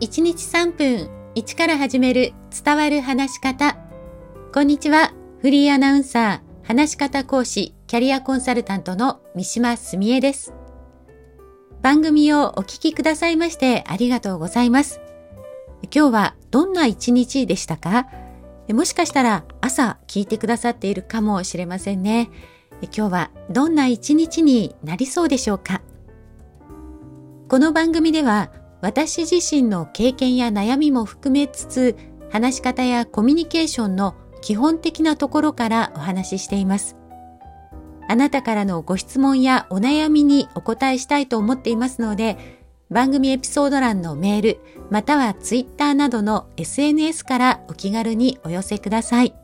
1日3分1から始める伝わる話し方。こんにちは。フリーアナウンサー、話し方講師、キャリアコンサルタントの三島澄江です。番組をお聞きくださいましてありがとうございます。今日はどんな一日でしたか？もしかしたら朝聞いてくださっているかもしれませんね。今日はどんな一日になりそうでしょうか？この番組では私自身の経験や悩みも含めつつ、話し方やコミュニケーションの基本的なところからお話ししています。あなたからのご質問やお悩みにお答えしたいと思っていますので、番組エピソード欄のメール、またはツイッターなどの SNS からお気軽にお寄せください。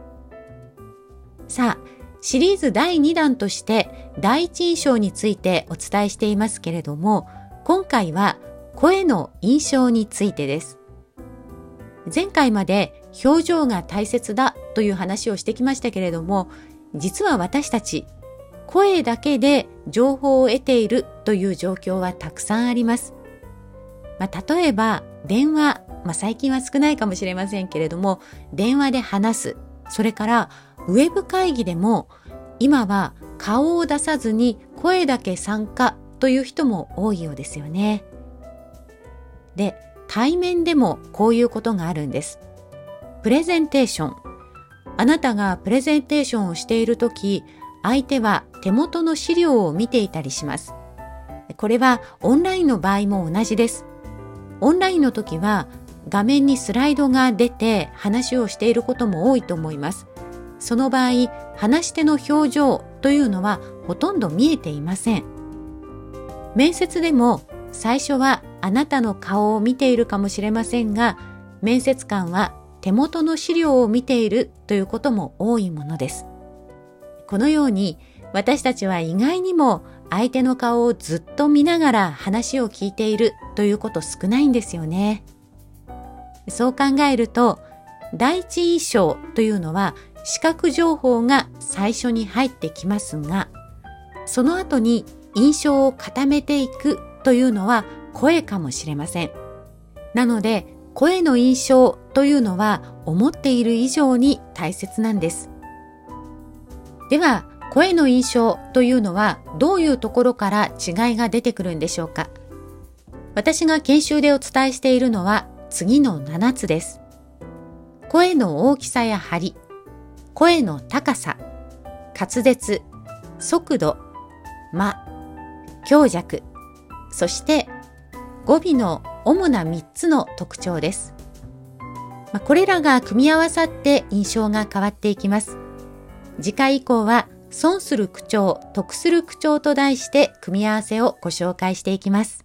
さあ、シリーズ第2弾として第一印象についてお伝えしていますけれども、今回は声の印象についてです。前回まで表情が大切だという話をしてきましたけれども、実は私たち声だけで情報を得ているという状況はたくさんあります。例えば電話、最近は少ないかもしれませんけれども、電話で話す、それからウェブ会議でも今は顔を出さずに声だけ参加という人も多いようですよね。で、対面でもこういうことがあるんです。プレゼンテーション。あなたがプレゼンテーションをしているとき、相手は手元の資料を見ていたりします。これはオンラインの場合も同じです。オンラインの時は画面にスライドが出て話をしていることも多いと思います。その場合、話し手の表情というのはほとんど見えていません。面接でも最初はあなたの顔を見ているかもしれませんが、面接官は手元の資料を見ているということも多いものです。このように私たちは意外にも相手の顔をずっと見ながら話を聞いているということ少ないんですよね。そう考えると、第一印象というのは視覚情報が最初に入ってきますが、その後に印象を固めていくというのは声かもしれません。なので、声の印象というのは思っている以上に大切なんです。では、声の印象というのはどういうところから違いが出てくるんでしょうか？私が研修でお伝えしているのは次の7つです。声の大きさや張り、声の高さ、滑舌、速度、間、強弱、そして語尾の主な3つの特徴です。これらが組み合わさって印象が変わっていきます。次回以降は損する口調、得する口調と題して組み合わせをご紹介していきます。